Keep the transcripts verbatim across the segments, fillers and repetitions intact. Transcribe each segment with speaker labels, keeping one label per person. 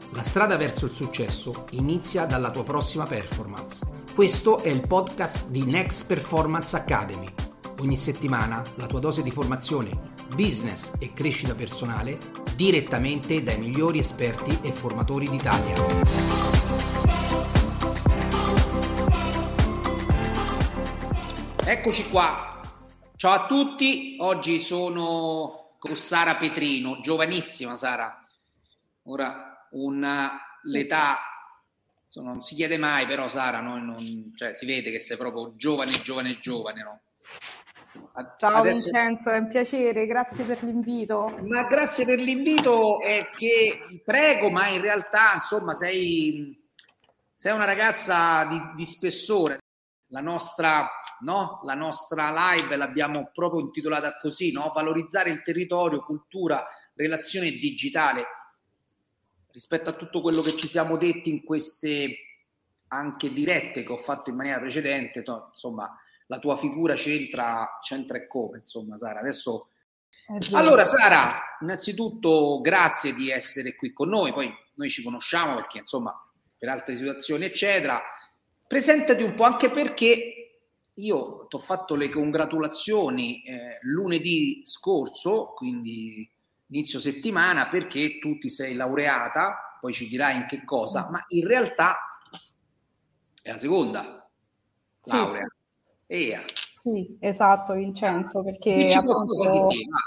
Speaker 1: La strada verso il successo inizia dalla tua prossima performance. Questo è il podcast di Next Performance Academy. Ogni settimana la tua dose di formazione, business e crescita personale direttamente dai migliori esperti e formatori d'Italia. Eccoci qua. Ciao a tutti. Oggi sono con Sara Petrino, giovanissima Sara. Ora una l'età insomma, non si chiede mai, però Sara no, non, cioè, si vede che sei proprio giovane, giovane, giovane, no?
Speaker 2: Ciao Adesso... Vincenzo, è un piacere, grazie per l'invito.
Speaker 1: Ma grazie per l'invito, è che prego, ma in realtà insomma sei, sei una ragazza di, di spessore. La nostra, no? La nostra live l'abbiamo proprio intitolata così, no? Valorizzare il territorio, cultura, relazione digitale. Rispetto a tutto quello che ci siamo detti in queste anche dirette che ho fatto in maniera precedente, to, insomma, la tua figura c'entra, c'entra e come, insomma, Sara. Adesso, allora, Sara, innanzitutto grazie di essere qui con noi. Poi noi ci conosciamo perché, insomma, per altre situazioni, eccetera. Presentati un po', anche perché io ti ho fatto le congratulazioni eh, lunedì scorso, quindi inizio settimana, perché tu ti sei laureata, poi ci dirai in che cosa, ma in realtà è la seconda sì. laurea. Ea.
Speaker 2: Sì, esatto, Vincenzo, perché
Speaker 1: dici
Speaker 2: appunto...
Speaker 1: qualcosa di te, ma...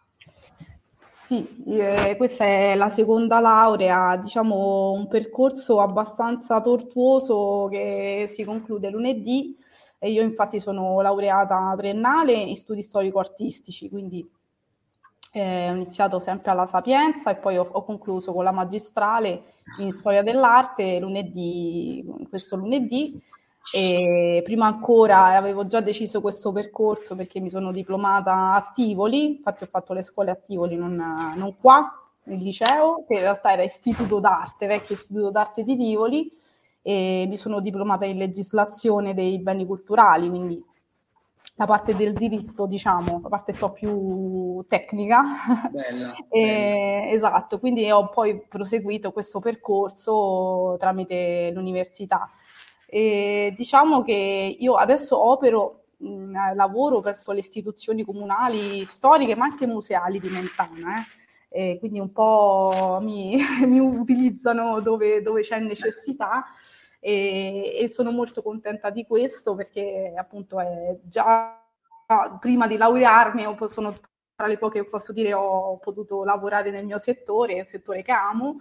Speaker 2: Sì, eh, questa è la seconda laurea, diciamo un percorso abbastanza tortuoso che si conclude lunedì e io infatti sono laureata triennale in studi storico-artistici, quindi eh, ho iniziato sempre alla Sapienza e poi ho, ho concluso con la magistrale in storia dell'arte lunedì, questo lunedì. E prima ancora avevo già deciso questo percorso perché mi sono diplomata a Tivoli, infatti ho fatto le scuole a Tivoli, non, non qua, nel liceo, che in realtà era Istituto d'Arte, vecchio Istituto d'Arte di Tivoli, e mi sono diplomata in legislazione dei beni culturali, quindi la parte del diritto, diciamo, la parte un po' più tecnica.
Speaker 1: Bella,
Speaker 2: e,
Speaker 1: bella.
Speaker 2: Esatto, quindi ho poi proseguito questo percorso tramite l'università. E diciamo che io adesso opero, mh, lavoro presso le istituzioni comunali storiche ma anche museali di Mentana, eh. E quindi un po' mi, mi utilizzano dove, dove c'è necessità e, e sono molto contenta di questo perché appunto è già prima di laurearmi sono tra le poche che posso dire ho potuto lavorare nel mio settore, il settore che amo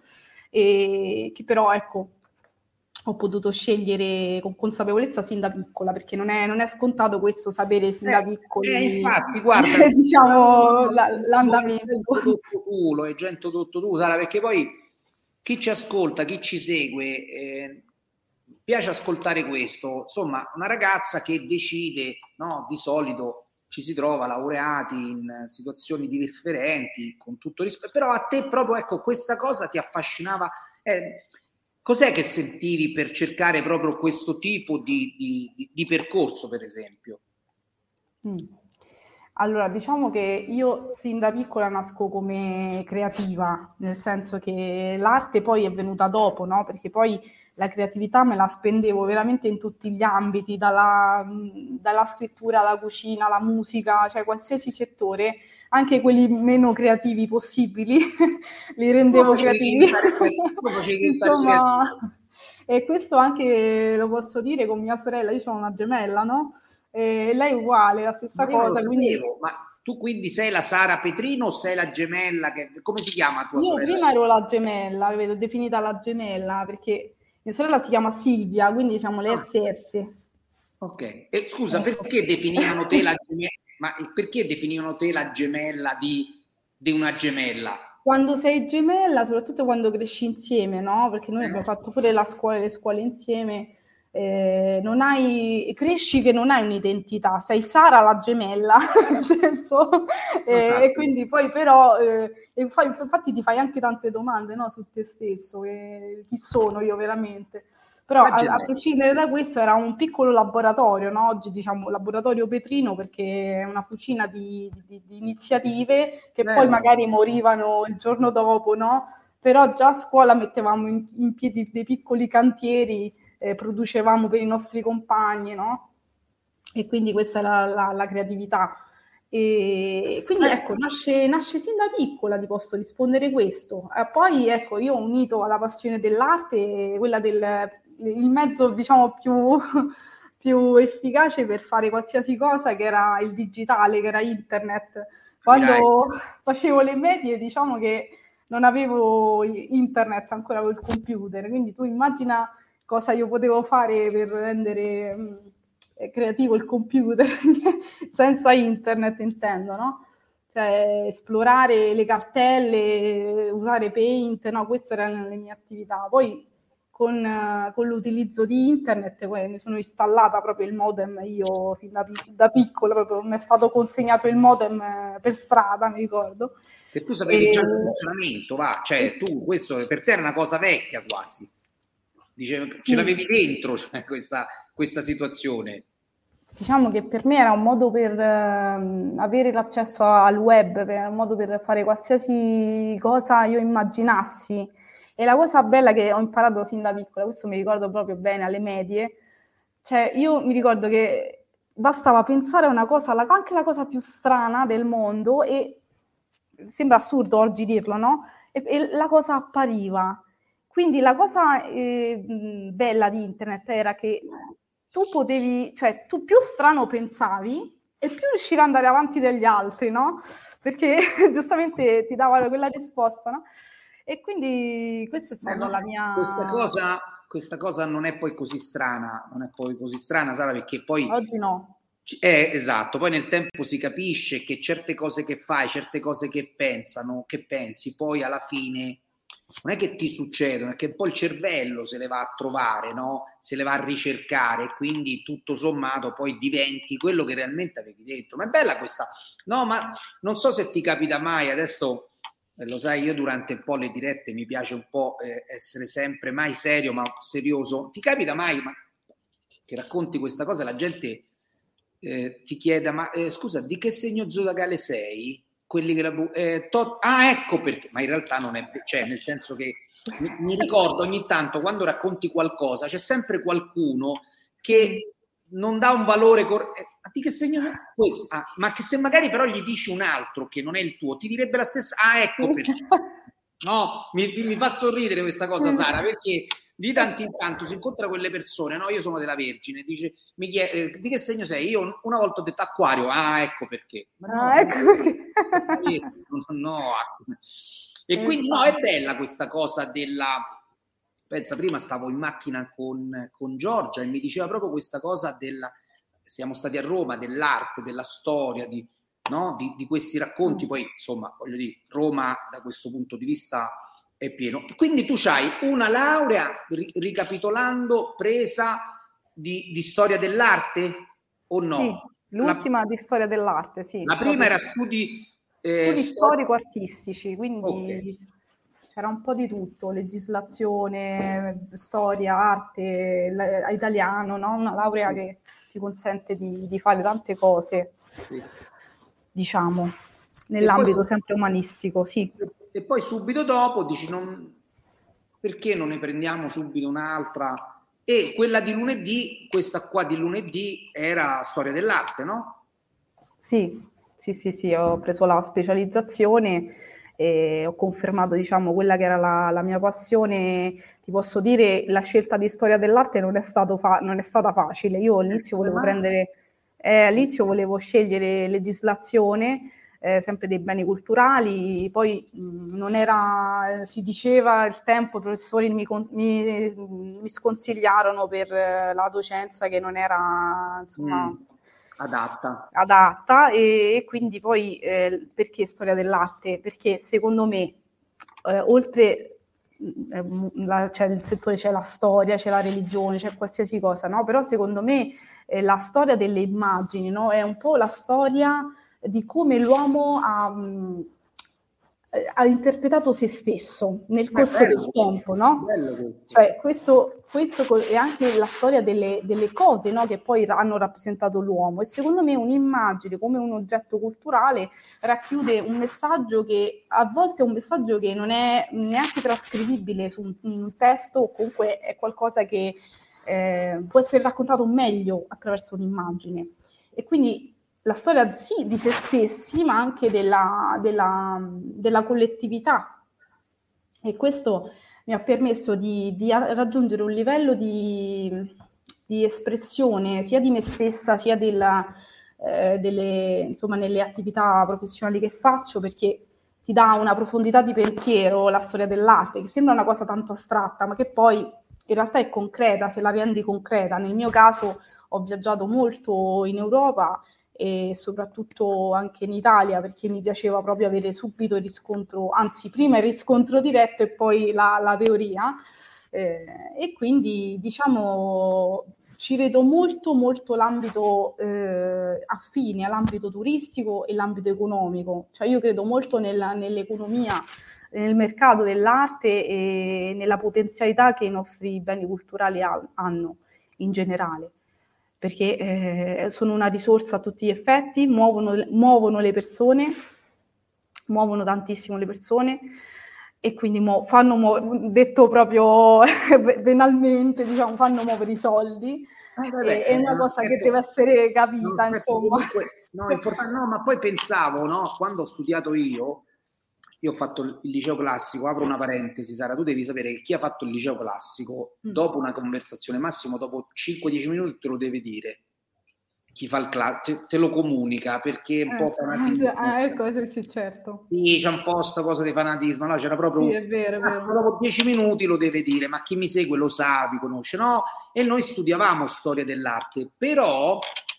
Speaker 2: e che però ecco ho potuto scegliere con consapevolezza sin da piccola, perché non è, non è scontato questo sapere sin
Speaker 1: eh,
Speaker 2: da piccoli,
Speaker 1: eh, infatti, guarda,
Speaker 2: diciamo, la, l'andamento.
Speaker 1: È introdotto tu, lo hai già introdotto tu, Sara, perché poi chi ci ascolta, chi ci segue, eh, piace ascoltare questo. Insomma, una ragazza che decide, no, di solito ci si trova laureati in situazioni differenti, con tutto rispetto, però a te proprio, ecco, questa cosa ti affascinava. Eh, Cos'è che sentivi per cercare proprio questo tipo di, di, di percorso, per esempio?
Speaker 2: Mm. Allora, diciamo che io sin da piccola nasco come creativa, nel senso che l'arte poi è venuta dopo, no? Perché poi la creatività me la spendevo veramente in tutti gli ambiti, dalla, dalla scrittura alla cucina, alla musica, cioè qualsiasi settore, anche quelli meno creativi possibili, li rendevo creativi. Insomma, e questo anche lo posso dire con mia sorella, io sono una gemella, no? E lei è uguale, la stessa
Speaker 1: ma
Speaker 2: cosa. Quindi...
Speaker 1: ma tu quindi sei la Sara Petrino o sei la gemella? Che... Come si chiama tua
Speaker 2: io
Speaker 1: sorella?
Speaker 2: Io prima ero la gemella, avevo definita la gemella, perché mia sorella si chiama Silvia, quindi siamo le
Speaker 1: ah.
Speaker 2: S S.
Speaker 1: Ok, e scusa, perché definivano te la gemella? Ma perché definivano te la gemella di, di una gemella?
Speaker 2: Quando sei gemella, soprattutto quando cresci insieme, no? Perché noi abbiamo fatto pure la scuola, le scuole insieme, eh, non hai, cresci che non hai un'identità, sei Sara la gemella, nel senso, eh, e quindi poi però, eh, e poi, infatti ti fai anche tante domande, no? Su te stesso, eh, chi sono io veramente? Però a, a prescindere da questo era un piccolo laboratorio, no? Oggi diciamo laboratorio Petrino perché è una fucina di, di, di iniziative che Bello. Poi magari morivano il giorno dopo, no? però già a scuola mettevamo in, in piedi dei piccoli cantieri, eh, producevamo per i nostri compagni, no? E quindi questa è la, la, la creatività. E quindi ecco, nasce, nasce sin da piccola, ti posso rispondere questo. E poi ecco, io ho unito alla passione dell'arte quella del il mezzo, diciamo, più, più efficace per fare qualsiasi cosa, che era il digitale, che era internet. Quando facevo le medie, diciamo che non avevo internet, ancora avevo il computer, quindi tu immagina cosa io potevo fare per rendere mh, creativo il computer senza internet, intendo, no? Cioè, esplorare le cartelle, usare Paint, no, queste erano le mie attività. Poi con, uh, con l'utilizzo di internet poi mi sono installata proprio il modem, io sin da, da piccola, proprio mi è stato consegnato il modem per strada, mi ricordo.
Speaker 1: Che tu sapevi e... già il funzionamento, va, cioè tu, questo per te era una cosa vecchia quasi. Dice, ce l'avevi dentro, cioè, questa, questa situazione.
Speaker 2: Diciamo che per me era un modo per uh, avere l'accesso al web, per, un modo per fare qualsiasi cosa io immaginassi. E la cosa bella che ho imparato sin da piccola, questo mi ricordo proprio bene alle medie, cioè io mi ricordo che bastava pensare a una cosa, la, anche la cosa più strana del mondo, e sembra assurdo oggi dirlo, no? E, e la cosa appariva. Quindi la cosa eh, bella di internet era che tu potevi, cioè tu più strano pensavi e più riuscivi ad andare avanti degli altri, no? Perché giustamente ti davano quella risposta, no? E quindi questa è stata no, la mia...
Speaker 1: Questa cosa, questa cosa non è poi così strana, non è poi così strana, Sara, perché poi...
Speaker 2: Oggi no.
Speaker 1: Eh, esatto, poi nel tempo si capisce che certe cose che fai, certe cose che pensano, che pensi, poi alla fine non è che ti succedono, è che poi il cervello se le va a trovare, no? Se le va a ricercare, quindi tutto sommato poi diventi quello che realmente avevi detto. Ma è bella questa... No, ma non so se ti capita mai, adesso... Eh, lo sai, io durante un po' le dirette mi piace un po' eh, essere sempre mai serio ma serioso. Ti capita mai ma, che racconti questa cosa e la gente eh, ti chieda ma eh, scusa, di che segno zodiacale sei? Quelli che la eh, to- ah ecco perché, ma in realtà non è, cioè nel senso che mi, mi ricordo ogni tanto quando racconti qualcosa c'è sempre qualcuno che non dà un valore cor- eh, ma di che segno è questo? Ah, ma che se magari però gli dici un altro che non è il tuo ti direbbe la stessa, ah ecco perché no, mi, mi fa sorridere questa cosa Sara, perché di tanto in tanto si incontra quelle persone, no, io sono della Vergine, dice, mi chiede, eh, di che segno sei? Io una volta ho detto Acquario, ah ecco perché, ma no,
Speaker 2: ah, ecco perché.
Speaker 1: no, no, e quindi no, è bella questa cosa della... Pensa, prima stavo in macchina con, con Giorgia e mi diceva proprio questa cosa della... Siamo stati a Roma, dell'arte, della storia, di, no? di, di questi racconti. Poi, insomma, voglio dire, Roma da questo punto di vista è pieno. Quindi tu c'hai una laurea, ricapitolando, presa di, di storia dell'arte o no?
Speaker 2: Sì, l'ultima la, di storia dell'arte, sì.
Speaker 1: La prima era studi...
Speaker 2: Eh, studi storico-artistici, quindi... Okay. C'era un po' di tutto, legislazione, storia, arte, italiano, no? Una laurea sì. che ti consente di, di fare tante cose, sì. diciamo, nell'ambito poi, sempre umanistico, sì.
Speaker 1: E poi subito dopo dici, non, perché non ne prendiamo subito un'altra? E quella di lunedì, questa qua di lunedì, era storia dell'arte, no?
Speaker 2: Sì, sì, sì, sì, ho preso la specializzazione e ho confermato, diciamo, quella che era la, la mia passione. Ti posso dire, la scelta di storia dell'arte non è, stato fa- non è stata facile. Io all'inizio volevo prendere, eh, all'inizio volevo scegliere legislazione, eh, sempre dei beni culturali, poi mh, non era, si diceva il tempo, i professori mi, mi, mi sconsigliarono per la docenza che non era, insomma... Mm.
Speaker 1: Adatta.
Speaker 2: adatta e, e quindi poi eh, perché storia dell'arte? Perché secondo me eh, oltre eh, la, cioè il settore c'è la storia, c'è la religione, c'è qualsiasi cosa, no? Però secondo me eh, la storia delle immagini, no? È un po' la storia di come l'uomo ha, mh, ha interpretato se stesso nel corso bello, del tempo, no? Cioè questo, questo è anche la storia delle, delle cose, no? Che poi hanno rappresentato l'uomo, e secondo me un'immagine come un oggetto culturale racchiude un messaggio che a volte è un messaggio che non è neanche trascrivibile su un, un testo, o comunque è qualcosa che eh, può essere raccontato meglio attraverso un'immagine, e quindi la storia sì di se stessi, ma anche della, della, della collettività, e questo mi ha permesso di, di raggiungere un livello di, di espressione sia di me stessa sia della, eh, delle, insomma, nelle attività professionali che faccio, perché ti dà una profondità di pensiero la storia dell'arte, che sembra una cosa tanto astratta, ma che poi in realtà è concreta, se la rendi concreta. Nel mio caso ho viaggiato molto in Europa e soprattutto anche in Italia, perché mi piaceva proprio avere subito il riscontro, anzi prima il riscontro diretto e poi la, la teoria, eh, e quindi diciamo ci vedo molto molto l'ambito eh, affine all'ambito turistico e l'ambito economico, cioè io credo molto nella, nell'economia, nel mercato dell'arte e nella potenzialità che i nostri beni culturali ha, hanno in generale, perché eh, sono una risorsa a tutti gli effetti, muovono, muovono le persone, muovono tantissimo le persone, e quindi mu- fanno, mu- detto proprio venalmente, diciamo, fanno muovere i soldi. Eh, vabbè, è una cosa che deve essere capita, no, insomma.
Speaker 1: Comunque, no, importante, no, ma poi pensavo, no, quando ho studiato io, io ho fatto il liceo classico, apro una parentesi, Sara, tu devi sapere che chi ha fatto il liceo classico, mm. dopo una conversazione, massimo dopo cinque dieci minuti te lo deve dire. Chi fa il classico, te, te lo comunica, perché un
Speaker 2: eh,
Speaker 1: po' fanatismo.
Speaker 2: Ah, ecco, sì, certo.
Speaker 1: Sì, c'è un po' sta cosa di fanatismo, no? C'era proprio...
Speaker 2: Sì, è vero, è vero.
Speaker 1: Dopo dieci minuti lo deve dire, ma chi mi segue lo sa, vi conosce, no? E noi studiavamo storia dell'arte, però...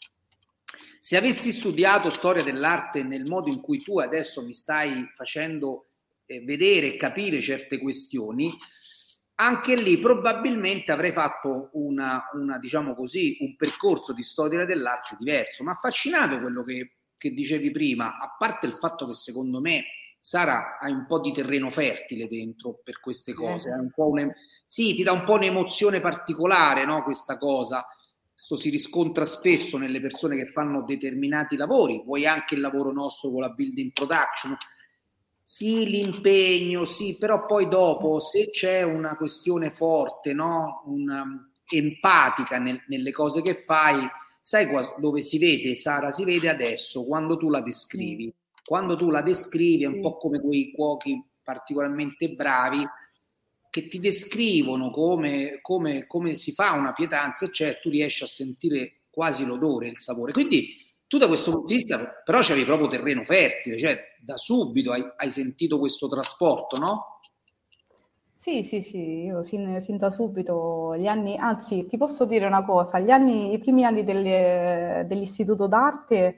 Speaker 1: Se avessi studiato storia dell'arte nel modo in cui tu adesso mi stai facendo eh, vedere e capire certe questioni, anche lì probabilmente avrei fatto una, una, diciamo così, un percorso di storia dell'arte diverso. Ma affascinato quello che, che dicevi prima, a parte il fatto che secondo me, Sara, hai un po' di terreno fertile dentro per queste cose, eh. un po' un, sì, ti dà un po' un'emozione particolare, no, questa cosa. Questo si riscontra spesso nelle persone che fanno determinati lavori, vuoi anche il lavoro nostro con la building production, sì, l'impegno, sì, però poi dopo se c'è una questione forte, no? Una, empatica nel, nelle cose che fai, sai qua, dove si vede, Sara, si vede adesso quando tu la descrivi, quando tu la descrivi è un po' come quei cuochi particolarmente bravi che ti descrivono come, come, come si fa una pietanza, cioè tu riesci a sentire quasi l'odore, il sapore. Quindi tu da questo punto di vista però c'avevi proprio terreno fertile, cioè da subito hai, hai sentito questo trasporto, no?
Speaker 2: Sì, sì, sì, io sin, sin da subito, gli anni, anzi ti posso dire una cosa, gli anni, i primi anni delle, dell'istituto d'arte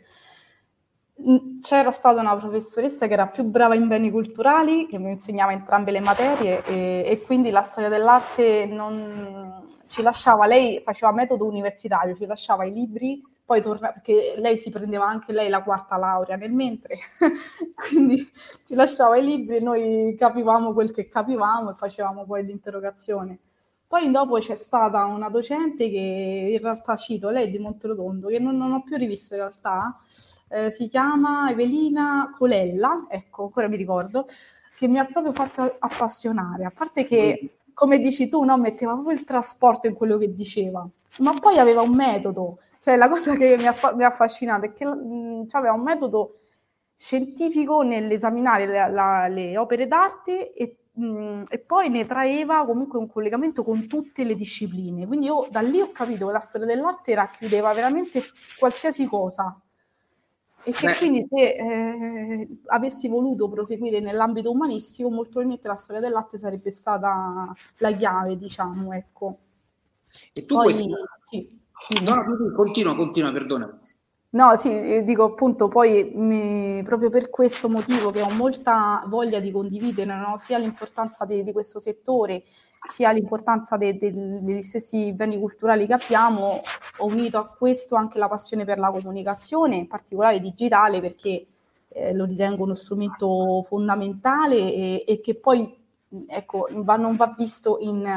Speaker 2: c'era stata una professoressa che era più brava in beni culturali, che mi insegnava entrambe le materie, e, e quindi la storia dell'arte non ci lasciava, lei faceva metodo universitario, ci lasciava i libri, poi torna, perché lei si prendeva anche lei la quarta laurea nel mentre, quindi ci lasciava i libri e noi capivamo quel che capivamo e facevamo poi l'interrogazione. Poi dopo c'è stata una docente che in realtà cito, lei è di Monterotondo, che non, non ho più rivisto in realtà, eh, si chiama Evelina Colella, ecco, ancora mi ricordo, che mi ha proprio fatto appassionare, a parte che, come dici tu, no, metteva proprio il trasporto in quello che diceva, ma poi aveva un metodo, cioè la cosa che mi ha, mi ha affascinato è che mh, aveva un metodo scientifico nell'esaminare la, la, le opere d'arte e, mh, e poi ne traeva comunque un collegamento con tutte le discipline. Quindi io da lì ho capito che la storia dell'arte racchiudeva veramente qualsiasi cosa e che Beh. quindi se eh, avessi voluto proseguire nell'ambito umanistico, molto probabilmente la storia dell'arte sarebbe stata la chiave, diciamo, ecco.
Speaker 1: E tu poi, questi... sì. No, continua, continua, perdona.
Speaker 2: No, sì, dico appunto, poi mi, proprio per questo motivo che ho molta voglia di condividere, no? Sia l'importanza de, di questo settore, sia l'importanza de, de, degli stessi beni culturali che abbiamo, ho unito a questo anche la passione per la comunicazione, in particolare digitale, perché eh, lo ritengo uno strumento fondamentale e, e che poi ecco, va, non va visto in,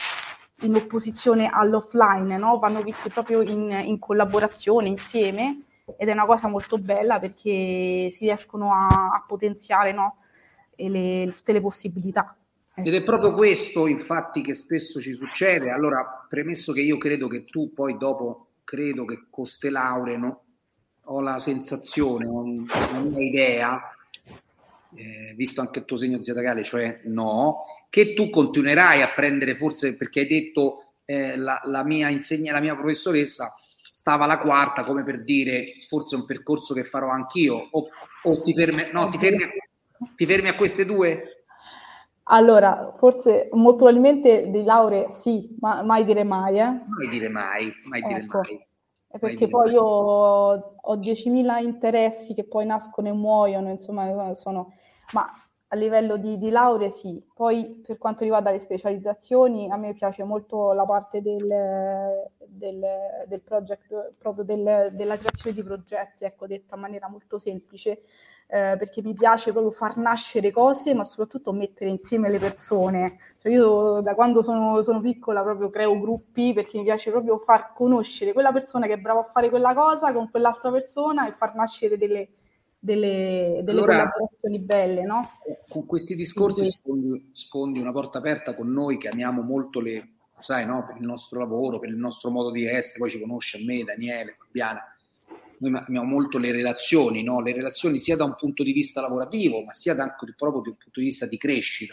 Speaker 2: in opposizione all'offline, no? Vanno visti proprio in, in collaborazione, insieme, ed è una cosa molto bella perché si riescono a, a potenziare, no? E le, tutte le possibilità.
Speaker 1: Ed è proprio questo, infatti, che spesso ci succede. Allora, premesso che io credo che tu poi dopo, credo che con ste lauree, no? Ho la sensazione, ho una mia idea, eh, visto anche il tuo segno zodiacale, cioè no, che tu continuerai a prendere, forse perché hai detto eh, la, la mia insegna, la mia professoressa stava alla quarta, come per dire forse è un percorso che farò anch'io, o, o ti fermi, no, ti fermi, a, ti fermi a queste due?
Speaker 2: Allora, forse molto probabilmente di lauree sì, ma mai dire mai, eh?
Speaker 1: Mai dire mai, mai dire
Speaker 2: ecco.
Speaker 1: mai.
Speaker 2: Perché poi mai. Io ho diecimila interessi che poi nascono e muoiono, insomma, sono... Ma a livello di, di lauree sì. Poi per quanto riguarda le specializzazioni, a me piace molto la parte del, del, del project, proprio del, della creazione di progetti, ecco, detta in maniera molto semplice, eh, perché mi piace proprio far nascere cose, ma soprattutto mettere insieme le persone. Cioè io da quando sono, sono piccola proprio creo gruppi, perché mi piace proprio far conoscere quella persona che è brava a fare quella cosa con quell'altra persona e far nascere delle, delle, delle allora, collaborazioni belle, no?
Speaker 1: Con questi discorsi sfondi, sfondi una porta aperta con noi che amiamo molto le, sai, no? Per il nostro lavoro, per il nostro modo di essere, poi ci conosce a me, Daniele, Fabiana. Noi amiamo molto le relazioni, no? Le relazioni sia da un punto di vista lavorativo, ma sia da, proprio da un punto di vista di crescita.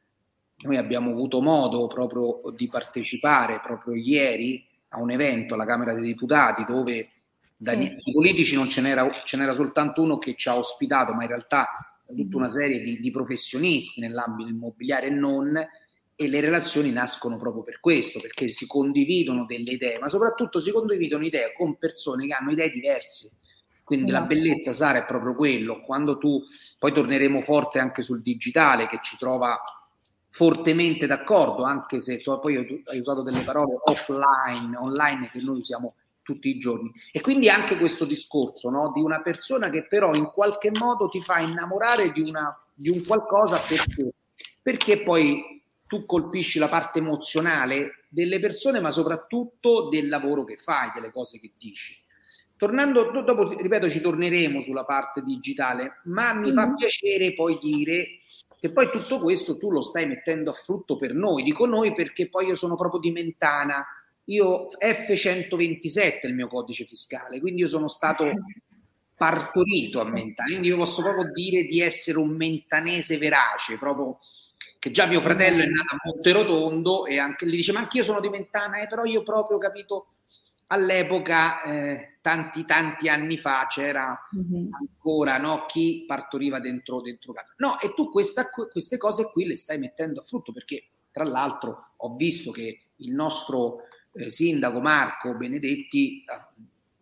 Speaker 1: Noi abbiamo avuto modo proprio di partecipare proprio ieri a un evento alla Camera dei Deputati dove da sì. I politici non ce n'era, ce n'era soltanto uno che ci ha ospitato, ma in realtà tutta una serie di, di professionisti nell'ambito immobiliare e non, e le relazioni nascono proprio per questo, perché si condividono delle idee, ma soprattutto si condividono idee con persone che hanno idee diverse. Quindi no. La bellezza, Sara, è proprio quello. Quando tu, poi torneremo forte anche sul digitale, che ci trova fortemente d'accordo, anche se tu poi hai usato delle parole offline, online, che noi usiamo tutti i giorni. E quindi anche questo discorso, no? Di una persona che però in qualche modo ti fa innamorare di, una, di un qualcosa perché? Perché poi tu colpisci la parte emozionale delle persone, ma soprattutto del lavoro che fai, delle cose che dici. Tornando, dopo, ripeto, ci torneremo sulla parte digitale, ma mi mm. fa piacere poi dire che poi tutto questo tu lo stai mettendo a frutto per noi. Dico noi perché poi io sono proprio di Mentana, io F centoventisette è il mio codice fiscale, quindi io sono stato partorito a Mentana, quindi io posso proprio dire di essere un mentanese verace, proprio che già mio fratello è nato a Monterotondo e anche gli dice ma anch'io sono di Mentana, eh, però io proprio capito all'epoca eh, tanti tanti anni fa c'era mm-hmm. ancora no, chi partoriva dentro, dentro casa. No, e tu questa, queste cose qui le stai mettendo a frutto perché tra l'altro ho visto che il nostro eh, sindaco Marco Benedetti eh,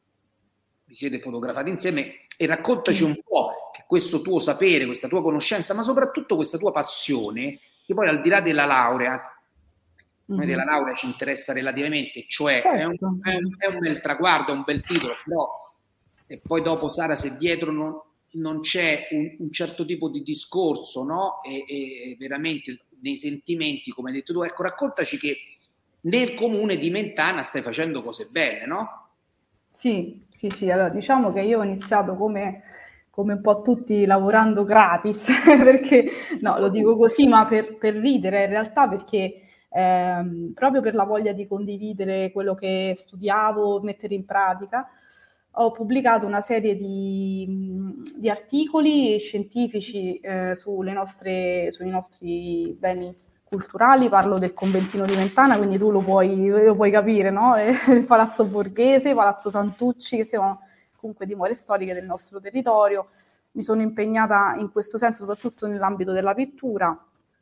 Speaker 1: vi siete fotografati insieme e raccontaci un po' che questo tuo sapere, questa tua conoscenza, ma soprattutto questa tua passione, che poi al di là della laurea, noi della laurea ci interessa relativamente, cioè certo. è, un, è, un, è un bel traguardo, è un bel titolo, però e poi dopo Sara se dietro non, non c'è un, un certo tipo di discorso, no? E, e veramente nei sentimenti, come hai detto tu, ecco raccontaci che nel comune di Mentana stai facendo cose belle, no?
Speaker 2: Sì, sì, sì, allora diciamo che io ho iniziato come, come un po' tutti lavorando gratis, perché no, lo dico così, ma per, per ridere in realtà, perché ehm, proprio per la voglia di condividere quello che studiavo, mettere in pratica, ho pubblicato una serie di, di articoli scientifici eh, sulle nostre, sui nostri beni culturali, parlo del conventino di Mentana, quindi tu lo puoi, lo puoi capire, no? Il Palazzo Borghese, Palazzo Santucci, che sono comunque dimore storiche del nostro territorio. Mi sono impegnata in questo senso, soprattutto nell'ambito della pittura,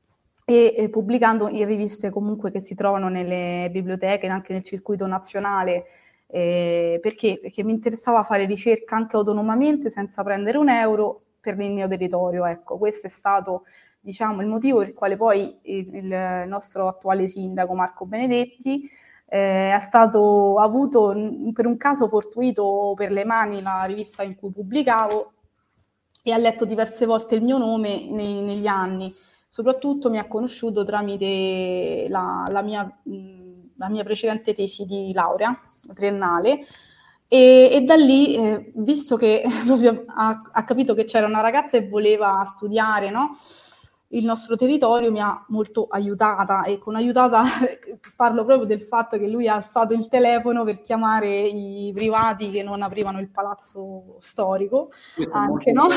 Speaker 2: e, e pubblicando in riviste comunque che si trovano nelle biblioteche, anche nel circuito nazionale, eh, perché? Perché mi interessava fare ricerca anche autonomamente, senza prendere un euro per il mio territorio. Ecco, questo è stato diciamo il motivo per il quale poi il, il nostro attuale sindaco Marco Benedetti eh, è stato ha avuto per un caso fortuito per le mani la rivista in cui pubblicavo e ha letto diverse volte il mio nome nei, negli anni. Soprattutto mi ha conosciuto tramite la, la, mia, mh, la mia precedente tesi di laurea triennale, e, e da lì, eh, visto che proprio ha, ha capito che c'era una ragazza che voleva studiare, no? Il nostro territorio, mi ha molto aiutata, e con aiutata parlo proprio del fatto che lui ha alzato il telefono per chiamare i privati che non aprivano il palazzo storico,
Speaker 1: Questo
Speaker 2: anche, no?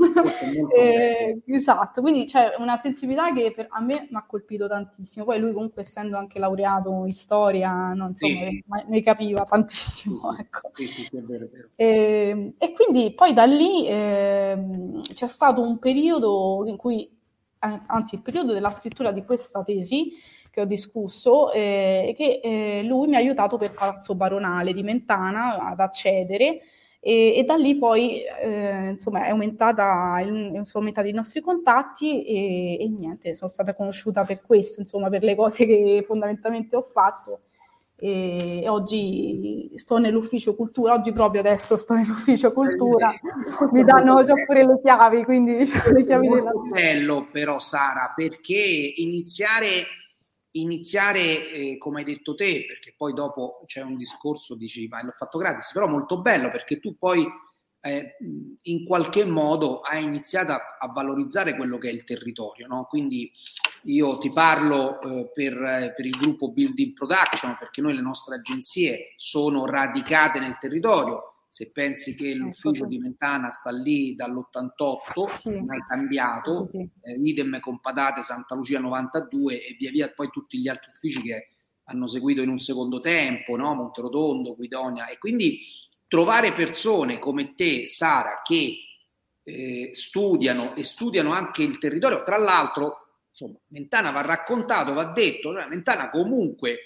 Speaker 2: eh, esatto, quindi c'è una sensibilità che per, a me mi ha colpito tantissimo. Poi lui comunque, essendo anche laureato in storia, no, insomma, sì, mi capiva tantissimo, ecco.
Speaker 1: Sì, sì, sì, è vero, è vero.
Speaker 2: E, e quindi poi da lì eh, c'è stato un periodo in cui, anzi il periodo della scrittura di questa tesi che ho discusso, eh, che eh, lui mi ha aiutato per Palazzo Baronale di Mentana ad accedere, e, e da lì poi eh, insomma è aumentata, sono aumentati i nostri contatti, e, e niente, sono stata conosciuta per questo, insomma, per le cose che fondamentalmente ho fatto. E oggi sto nell'ufficio cultura, oggi proprio adesso sto nell'ufficio cultura, mi danno già pure le chiavi, quindi le chiavi della...
Speaker 1: È bello però, Sara, perché iniziare, iniziare eh, come hai detto te, perché poi dopo c'è un discorso, dici, ma l'ho fatto gratis, però molto bello perché tu poi eh, in qualche modo hai iniziato a, a valorizzare quello che è il territorio, no? Quindi io ti parlo eh, per, eh, per il gruppo Building Production, perché noi le nostre agenzie sono radicate nel territorio. Se pensi che l'ufficio ecco, di Mentana sta lì dall'ottantotto, sì, non è cambiato, sì, sì. Eh, idem con Padate, Santa Lucia novantadue e via via poi tutti gli altri uffici che hanno seguito in un secondo tempo, no? Monterotondo, Guidonia, e quindi trovare persone come te, Sara, che eh, studiano e studiano anche il territorio, tra l'altro, insomma, Mentana va raccontato, va detto, cioè Mentana comunque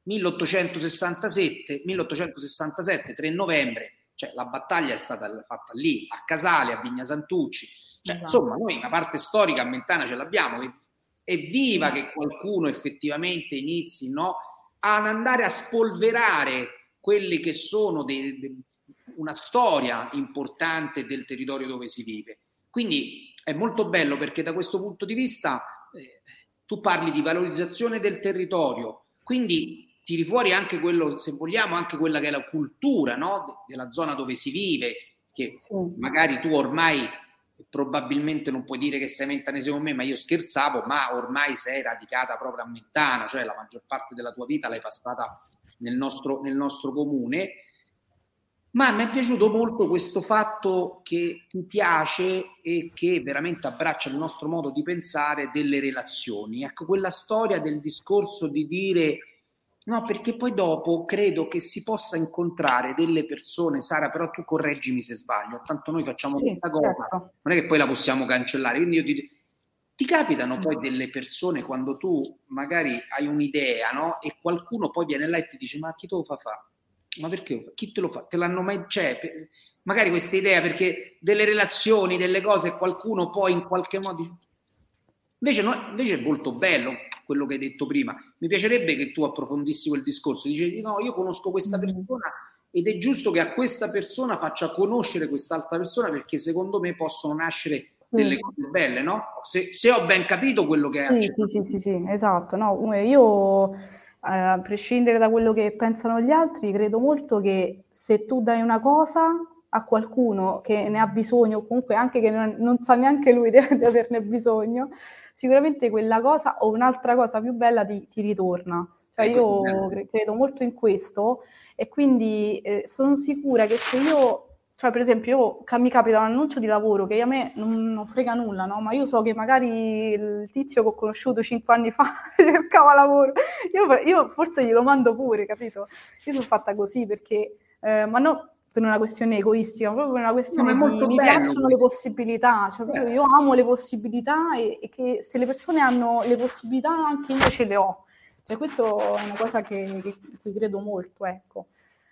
Speaker 1: milleottocentosessantasette, milleottocentosessantasette, tre novembre, cioè la battaglia è stata fatta lì, a Casale, a Vigna Santucci, cioè, esatto. Insomma, noi una parte storica a Mentana ce l'abbiamo, e evviva che qualcuno effettivamente inizi, no, ad andare a spolverare quelle che sono dei, dei, una storia importante del territorio dove si vive. Quindi è molto bello perché da questo punto di vista eh, tu parli di valorizzazione del territorio, quindi tiri fuori anche quello, se vogliamo, anche quella che è la cultura, no? Della zona dove si vive, che sì. Magari tu ormai probabilmente non puoi dire che sei mentanese con me, ma io scherzavo, ma ormai sei radicata proprio a Mentana, cioè la maggior parte della tua vita l'hai passata nel nostro, nel nostro comune. Ma mi è piaciuto molto questo fatto che ti piace e che veramente abbraccia il nostro modo di pensare delle relazioni. Ecco, quella storia del discorso di dire no, perché poi dopo credo che si possa incontrare delle persone, Sara, però tu correggimi se sbaglio, tanto noi facciamo sì, questa cosa, certo. Non è che poi la possiamo cancellare, quindi io ti... Ti capitano poi delle persone quando tu magari hai un'idea, no? E qualcuno poi viene là e ti dice ma chi te lo fa fare? Ma perché? Chi te lo fa? Te l'hanno mai... Cioè, per... magari questa idea, perché delle relazioni, delle cose, qualcuno poi in qualche modo dice... Invece, no, invece è molto bello quello che hai detto prima. Mi piacerebbe che tu approfondissi quel discorso. Dicevi no, io conosco questa persona ed è giusto che a questa persona faccia conoscere quest'altra persona, perché secondo me possono nascere delle sì. cose belle, no? Se, se ho ben capito quello che
Speaker 2: sì, sì, sì, sì, sì, esatto. No, io, eh, a prescindere da quello che pensano gli altri, credo molto che se tu dai una cosa a qualcuno che ne ha bisogno, o comunque anche che non, non sa neanche lui di, di averne bisogno, sicuramente quella cosa o un'altra cosa più bella ti, ti ritorna. Cioè eh, io credo molto in questo, e quindi eh, sono sicura che se io... Cioè, per esempio, io, mi capita un annuncio di lavoro che a me non, non frega nulla, no? Ma io so che magari il tizio che ho conosciuto cinque anni fa cercava lavoro. Io, io forse glielo mando pure, capito? Io sono fatta così perché, eh, ma non per una questione egoistica, ma proprio per una questione no, di... Mi piacciono questo. Le possibilità, cioè proprio io amo le possibilità, e, e che se le persone hanno le possibilità anche io ce le ho. Cioè, questo è una cosa che, che cui credo molto, ecco.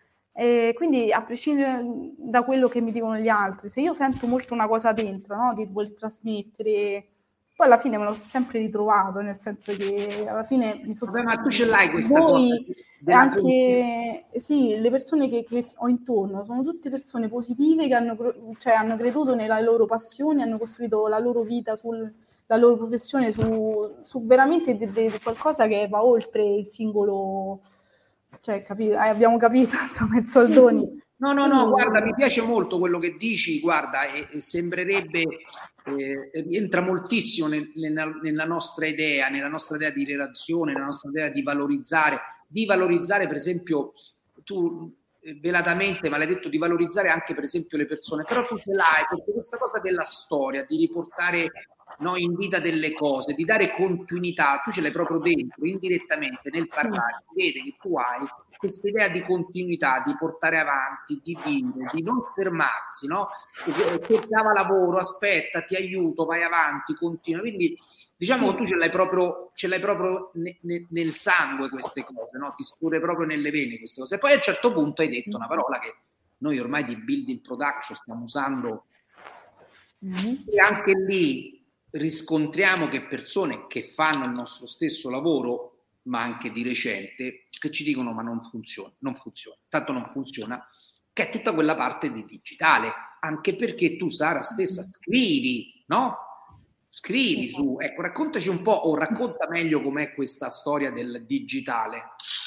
Speaker 2: E quindi, a prescindere da quello che mi dicono gli altri, se io sento molto una cosa dentro, no? Di voler trasmettere poi alla fine me lo sono sempre ritrovato, nel senso che alla fine mi sono...
Speaker 1: Vabbè, ma tu ce l'hai questa
Speaker 2: voi,
Speaker 1: cosa
Speaker 2: e anche sì, le persone che, che ho intorno sono tutte persone positive che hanno, cioè, hanno creduto nella loro passione, hanno costruito la loro vita sul, la loro professione su, su veramente de, de qualcosa che va oltre il singolo, cioè capito, eh, abbiamo capito, insomma, i soldoni.
Speaker 1: No, no, no, guarda, mi piace molto quello che dici, guarda, e, e sembrerebbe, eh, entra moltissimo nel, nella, nella nostra idea, nella nostra idea di relazione, nella nostra idea di valorizzare, di valorizzare per esempio, tu eh, velatamente, ma l'hai detto, di valorizzare anche per esempio le persone, però tu ce l'hai, perché questa cosa della storia, di riportare, no, in vita delle cose, di dare continuità, tu ce l'hai proprio dentro, indirettamente, nel parlare, sì. Vede che tu hai questa idea di continuità, di portare avanti, di vivere, di non fermarsi, no? Cercava lavoro, aspetta, ti aiuto, vai avanti, continua. Quindi diciamo
Speaker 2: sì.
Speaker 1: che tu ce l'hai proprio, ce l'hai proprio ne, ne, nel sangue queste cose, no? Ti scorre proprio nelle vene queste cose. E poi a un certo punto hai detto una parola che noi ormai di building production stiamo usando, mm-hmm. E anche lì riscontriamo che persone che fanno il nostro stesso lavoro, ma anche di recente, che ci dicono ma non funziona, non funziona, tanto non funziona, che è tutta quella parte di digitale, anche perché tu Sara stessa scrivi, no? Scrivi su, ecco, raccontaci un po' o racconta meglio com'è questa storia del digitale.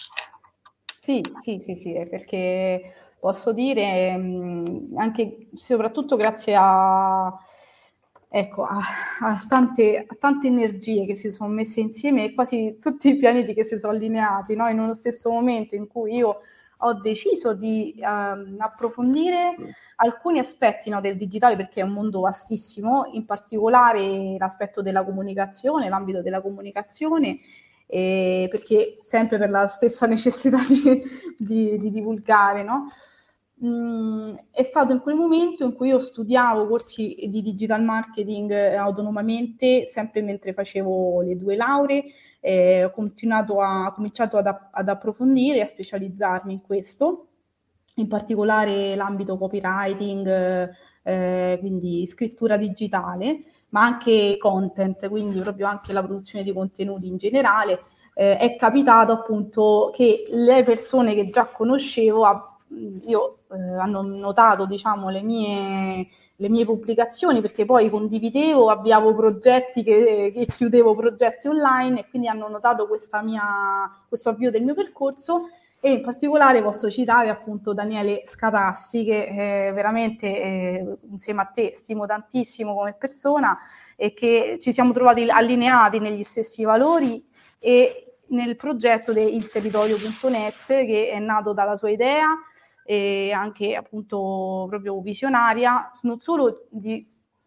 Speaker 2: Sì, sì, sì, sì, perché posso dire anche, soprattutto grazie a, ecco, a, a, tante, a tante energie che si sono messe insieme e quasi tutti i pianeti che si sono allineati, no? In uno stesso momento in cui io ho deciso di um, approfondire alcuni aspetti, no, del digitale, perché è un mondo vastissimo, in particolare l'aspetto della comunicazione, l'ambito della comunicazione, eh, perché sempre per la stessa necessità di, di, di divulgare, no? Mm, è stato in quel momento in cui io studiavo corsi di digital marketing autonomamente, sempre mentre facevo le due lauree. Eh, ho continuato a, ho cominciato ad, ad approfondire e a specializzarmi in questo, in particolare l'ambito copywriting, eh, quindi scrittura digitale, ma anche content, quindi proprio anche la produzione di contenuti in generale. Eh, è capitato appunto che le persone che già conoscevo, io eh, hanno notato, diciamo, le mie le mie pubblicazioni, perché poi condividevo, avviavo progetti che, che chiudevo progetti online e quindi hanno notato questa mia, questo avvio del mio percorso. E in particolare posso citare appunto Daniele Scatassi, che eh, veramente eh, insieme a te stimo tantissimo come persona e che ci siamo trovati allineati negli stessi valori e nel progetto del territorio punto net, che è nato dalla sua idea e anche appunto proprio visionaria, non solo di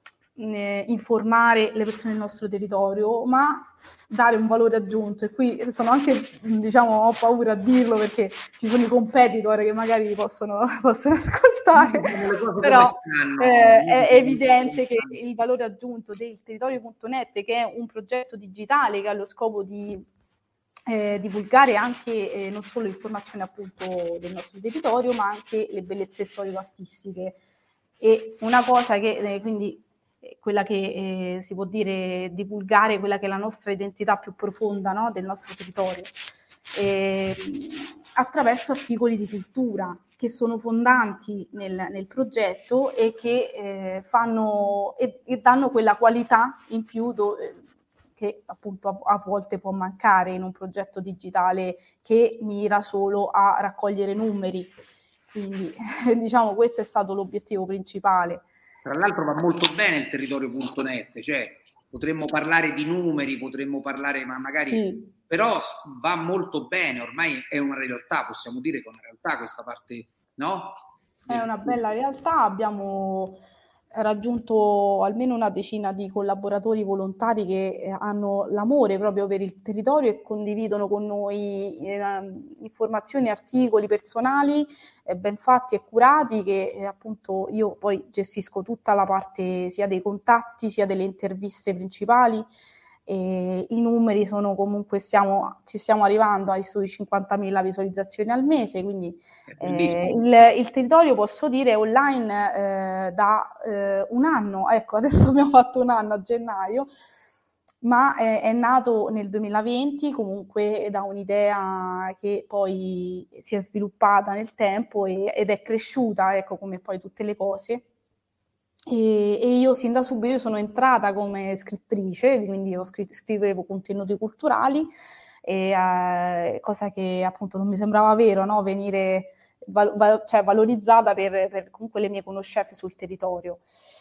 Speaker 2: eh, informare le persone del nostro territorio, ma dare un valore aggiunto. E qui sono anche, diciamo, ho paura a dirlo perché ci sono i competitor che magari possono, possono ascoltare, però eh, è evidente che il valore aggiunto del territorio punto net, che è un progetto digitale che ha lo scopo di Eh, divulgare anche eh, non solo informazioni appunto del nostro territorio, ma anche le bellezze storico-artistiche. E una cosa che eh, quindi eh, quella che eh, si può dire divulgare quella che è la nostra identità più profonda, no, del nostro territorio, eh, attraverso articoli di cultura che sono fondanti nel, nel progetto e che eh, fanno e, e danno quella qualità in più do, che appunto a, a volte può mancare in un progetto digitale che mira solo a raccogliere numeri. Quindi diciamo questo è stato l'obiettivo principale.
Speaker 1: Tra l'altro va molto bene il territorio punto net, cioè potremmo parlare di numeri, potremmo parlare, ma magari sì. Però va molto bene, ormai è una realtà, possiamo dire che è una realtà questa parte, no?
Speaker 2: È una bella realtà, abbiamo raggiunto almeno una decina di collaboratori volontari che hanno l'amore proprio per il territorio e condividono con noi eh, informazioni, articoli personali eh, ben fatti e curati, che eh, appunto io poi gestisco tutta la parte sia dei contatti sia delle interviste principali. E i numeri sono comunque, stiamo, ci stiamo arrivando ai sui cinquantamila visualizzazioni al mese, quindi eh, il, il territorio, posso dire, è online eh, da eh, un anno, ecco, adesso abbiamo fatto un anno a gennaio, ma è, è nato nel duemilaventi comunque da un'idea che poi si è sviluppata nel tempo e, ed è cresciuta, ecco, come poi tutte le cose. E, e io sin da subito sono entrata come scrittrice, quindi io scri- scrivevo contenuti culturali, e, eh, cosa che appunto non mi sembrava vero, no? Venire val- val- cioè, valorizzata per, per comunque le mie conoscenze sul territorio.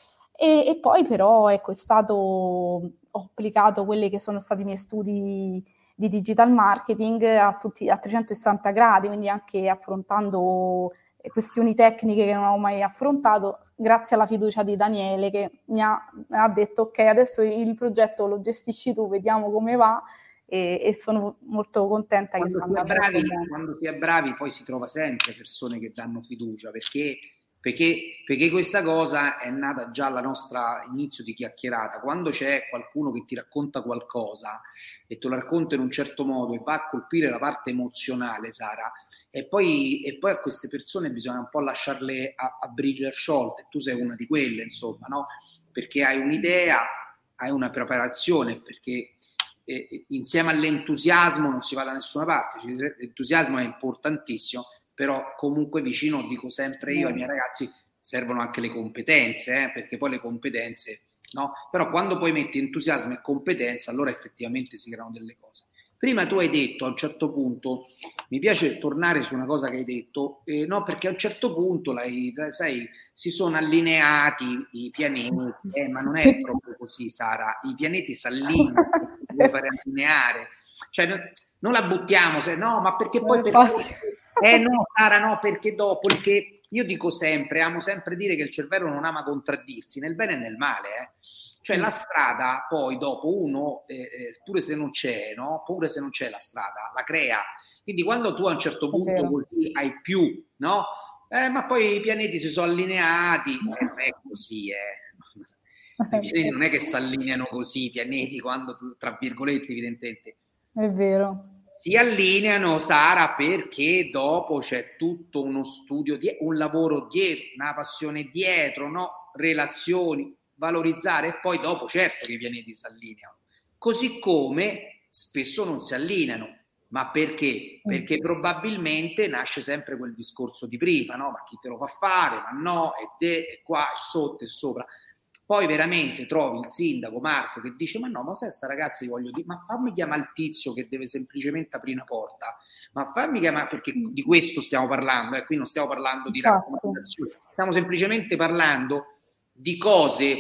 Speaker 2: E, e poi però ecco, è stato, ho applicato quelli che sono stati i miei studi di digital marketing a, tutti, a trecentosessanta gradi, quindi anche affrontando questioni tecniche che non avevo mai affrontato, grazie alla fiducia di Daniele che mi ha, ha detto ok, adesso il progetto lo gestisci tu, vediamo come va, e, e sono molto contenta
Speaker 1: quando
Speaker 2: che sta
Speaker 1: si è
Speaker 2: andando molto
Speaker 1: bravi,
Speaker 2: bene.
Speaker 1: quando si è bravi poi si trova sempre persone che danno fiducia, perché, perché, perché questa cosa è nata già alla nostra inizio di chiacchierata. Quando c'è qualcuno che ti racconta qualcosa e te lo racconta in un certo modo e va a colpire la parte emozionale, Sara, e poi, e poi a queste persone bisogna un po' lasciarle a, a briglie sciolte. Tu sei una di quelle, insomma, no? Perché hai un'idea, hai una preparazione, perché eh, insieme all'entusiasmo non si va da nessuna parte. L'entusiasmo è importantissimo, però comunque vicino, dico sempre io ai miei ragazzi, servono anche le competenze, eh, perché poi le competenze, no? Però quando poi metti entusiasmo e competenza, allora effettivamente si creano delle cose. Prima tu hai detto a un certo punto, mi piace tornare su una cosa che hai detto, eh, no, perché a un certo punto, l'hai, sai, si sono allineati i pianeti, eh, ma non è proprio così, Sara, i pianeti si allineano, si puoi fare allineare, cioè no, non la buttiamo, se, no, ma perché poi per eh no, Sara, no, perché dopo, perché io dico sempre, amo sempre dire che il cervello non ama contraddirsi, nel bene e nel male, eh. Cioè la strada poi dopo uno, eh, pure se non c'è, no? Pure se non c'è la strada, la crea. Quindi quando tu a un certo punto così hai più, no? Eh, ma poi i pianeti si sono allineati, eh, non è così, eh. I pianeti non è che si allineano così, i pianeti quando, tra virgolette, evidentemente.
Speaker 2: È vero.
Speaker 1: Si allineano, Sara, perché dopo c'è tutto uno studio, un lavoro dietro, una passione dietro, no? Relazioni, valorizzare, e poi dopo certo che i pianeti si allineano, così come spesso non si allineano, ma perché? Perché probabilmente nasce sempre quel discorso di prima, no? Ma chi te lo fa fare? Ma no, e te, e qua, e sotto, e sopra. Poi veramente trovi il sindaco Marco che dice ma no, ma sai sta ragazza, gli voglio dire, ma fammi chiamare il tizio che deve semplicemente aprire una porta, ma fammi chiamare, perché di questo stiamo parlando, eh? Qui non stiamo parlando di
Speaker 2: esatto.
Speaker 1: raccomandazioni, stiamo semplicemente parlando di cose,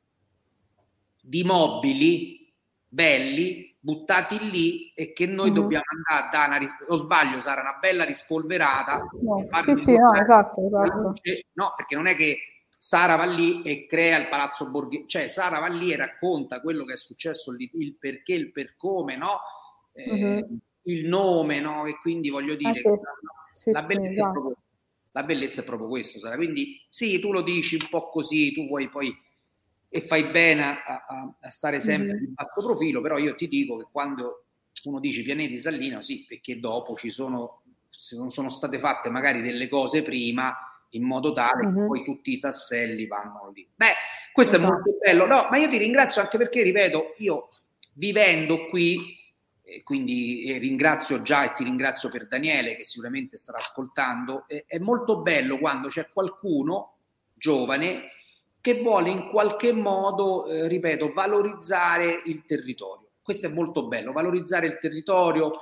Speaker 1: di mobili belli buttati lì e che noi mm-hmm. dobbiamo andare a dare una ris- o sbaglio, sarà una bella rispolverata,
Speaker 2: no. Sì sì no esatto, esatto.
Speaker 1: No, perché non è che Sara va lì e crea il palazzo Borghese, cioè Sara va lì e racconta quello che è successo lì, il perché, il per come, no? Eh, mm-hmm. Il nome, no? E quindi voglio dire
Speaker 2: okay. sì,
Speaker 1: la, bellezza
Speaker 2: sì, esatto.
Speaker 1: è proprio, la bellezza è proprio questo, Sara. Quindi sì, tu lo dici un po' così, tu vuoi poi e fai bene a, a, a stare sempre mm-hmm. in basso profilo, però io ti dico che quando uno dice pianeti si allineano, sì, perché dopo ci sono, sono state fatte magari delle cose prima in modo tale mm-hmm. che poi tutti i tasselli vanno lì. Beh, questo esatto. è molto bello, no, ma io ti ringrazio anche perché, ripeto, io vivendo qui, e quindi eh, ringrazio già e ti ringrazio per Daniele che sicuramente starà ascoltando, eh, è molto bello quando c'è qualcuno giovane che vuole in qualche modo, eh, ripeto, valorizzare il territorio. Questo è molto bello, valorizzare il territorio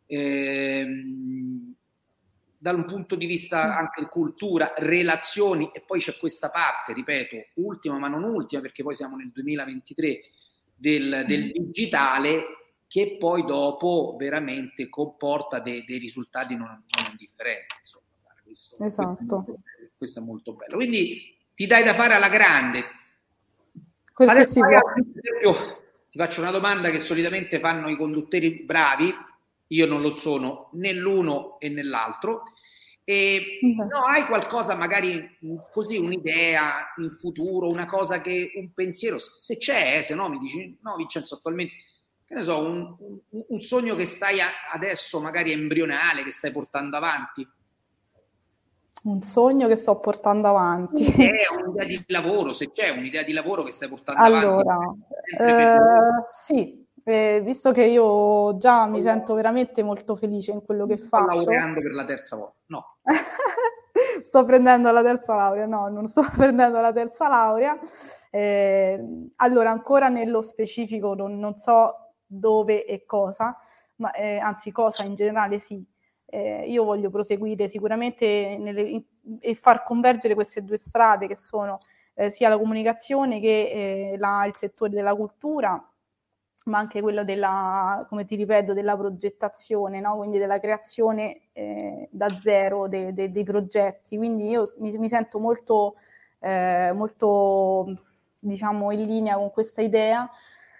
Speaker 1: ehm, da un punto di vista sì. anche di cultura, relazioni, e poi c'è questa parte, ripeto, ultima ma non ultima, perché poi siamo nel duemilaventitré, del, del digitale, che poi dopo veramente comporta dei, dei risultati non, non indifferenti. Insomma. Questo,
Speaker 2: esatto.
Speaker 1: Questo è, molto, questo è molto bello. Quindi ti dai da fare alla grande.
Speaker 2: Quel
Speaker 1: Adesso,
Speaker 2: si
Speaker 1: ragazzi, per esempio, ti faccio una domanda che solitamente fanno i conduttori bravi, io non lo sono né l'uno e nell'altro, e mm-hmm. no, hai qualcosa magari così, un'idea in futuro, una cosa che, un pensiero, se c'è, eh, se no mi dici, no Vincenzo, attualmente, che ne so, un, un, un sogno che stai adesso magari embrionale, che stai portando avanti?
Speaker 2: Un sogno che sto portando avanti.
Speaker 1: Un'idea, un'idea di lavoro, se c'è un'idea di lavoro che stai portando
Speaker 2: allora,
Speaker 1: avanti.
Speaker 2: Eh, sì, Eh, visto che io già mi sento veramente molto felice in quello che faccio.
Speaker 1: Sto laureando per la terza volta, no.
Speaker 2: Sto prendendo la terza laurea, no, non sto prendendo la terza laurea. Eh, allora, ancora nello specifico non, non so dove e cosa, ma eh, anzi cosa in generale sì. Eh, io voglio proseguire sicuramente nelle, in, e far convergere queste due strade che sono eh, sia la comunicazione che eh, la, il settore della cultura, ma anche quello della, come ti ripeto, della progettazione, no? Quindi della creazione eh, da zero de, de, dei progetti. Quindi io mi, mi sento molto, eh, molto, diciamo, in linea con questa idea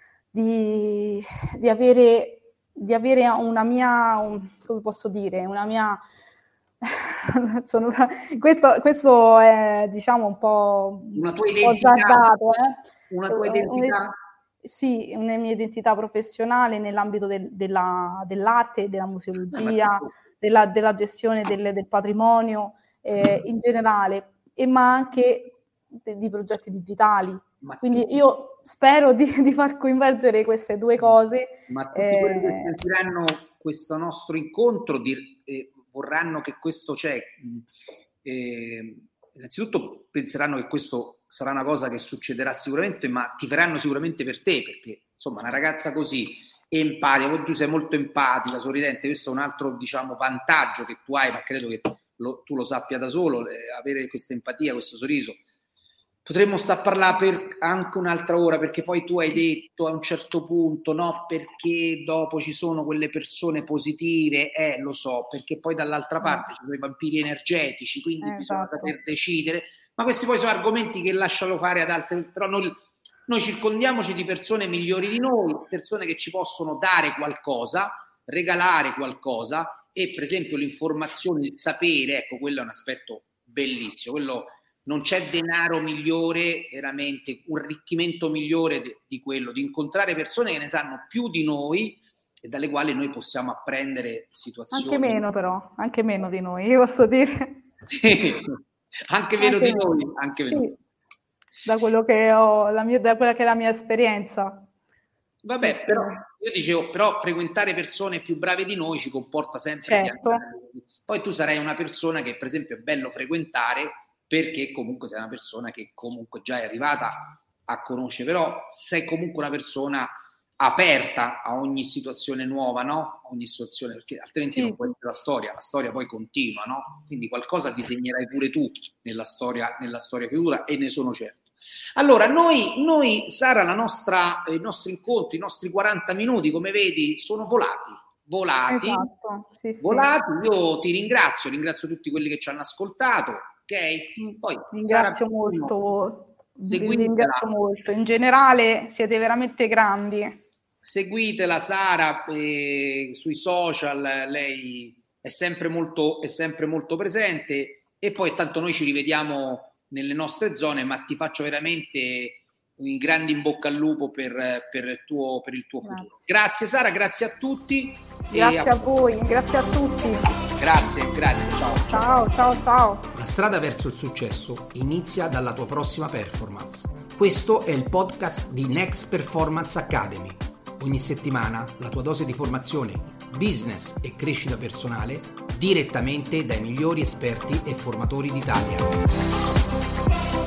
Speaker 2: di, di avere di avere una mia, un, come posso dire, una mia... Sono, questo, questo è, diciamo, un po'...
Speaker 1: Una tua
Speaker 2: identità. Azzardato, eh?
Speaker 1: Una tua identità?
Speaker 2: Un, sì, una mia identità professionale nell'ambito del, della, dell'arte, della museologia, della, della gestione del, del patrimonio eh, in generale, e ma anche de, di progetti digitali. Ma Quindi tu... io spero di, di far convergere queste due cose.
Speaker 1: Ma tutti eh... quelli che sentiranno questo nostro incontro di, eh, vorranno che questo c'è. Eh, innanzitutto penseranno che questo sarà una cosa che succederà sicuramente, ma ti faranno sicuramente per te, perché insomma una ragazza così empatica, tu sei molto empatica, sorridente, questo è un altro, diciamo, vantaggio che tu hai, ma credo che lo, tu lo sappia da solo, eh, avere questa empatia, questo sorriso. Potremmo sta a parlare per anche un'altra ora, perché poi tu hai detto a un certo punto, no, perché dopo ci sono quelle persone positive, eh, lo so, perché poi dall'altra parte ci sono i vampiri energetici, quindi eh, bisogna esatto. saper decidere, ma questi poi sono argomenti che lascialo fare ad altre, però noi, noi circondiamoci di persone migliori di noi, persone che ci possono dare qualcosa, regalare qualcosa, e per esempio l'informazione, il sapere, ecco, quello è un aspetto bellissimo, quello... Non c'è denaro migliore, veramente, un arricchimento migliore di, di quello, di incontrare persone che ne sanno più di noi e dalle quali noi possiamo apprendere situazioni.
Speaker 2: Anche meno però, anche meno di noi, io posso dire.
Speaker 1: Sì, anche meno anche di noi, anche
Speaker 2: sì,
Speaker 1: meno.
Speaker 2: Da quello che ho, la mia, da quella che è la mia esperienza.
Speaker 1: Vabbè, sì, però sì. Io dicevo, però frequentare persone più brave di noi ci comporta sempre.
Speaker 2: Certo.
Speaker 1: Di... Poi tu sarai una persona che, per esempio, è bello frequentare, perché comunque sei una persona che comunque già è arrivata a conoscere, però sei comunque una persona aperta a ogni situazione nuova, no? A ogni situazione, perché altrimenti sì. non può essere la storia, la storia poi continua, no? Quindi qualcosa disegnerai pure tu nella storia, nella storia futura, e ne sono certo. Allora, noi, noi Sara, la nostra, i nostri incontri, i nostri quaranta minuti, come vedi, sono volati. Volati,
Speaker 2: esatto. Sì,
Speaker 1: volati. Sì. Io ti ringrazio, ringrazio tutti quelli che ci hanno ascoltato. Ok, poi
Speaker 2: ringrazio
Speaker 1: Sara,
Speaker 2: molto, vi ringrazio molto. In generale siete veramente grandi.
Speaker 1: Seguitela Sara eh, sui social, lei è sempre molto è sempre molto presente, e poi tanto noi ci rivediamo nelle nostre zone, ma ti faccio veramente un grande in bocca al lupo per, per il tuo, per il tuo
Speaker 2: grazie.
Speaker 1: futuro. Grazie Sara, grazie a tutti.
Speaker 2: Grazie a... a voi, grazie a tutti.
Speaker 1: Grazie, grazie, ciao.
Speaker 2: Ciao, ciao, ciao.
Speaker 3: La strada verso il successo inizia dalla tua prossima performance. Questo è il podcast di Next Performance Academy. Ogni settimana la tua dose di formazione, business e crescita personale direttamente dai migliori esperti e formatori d'Italia.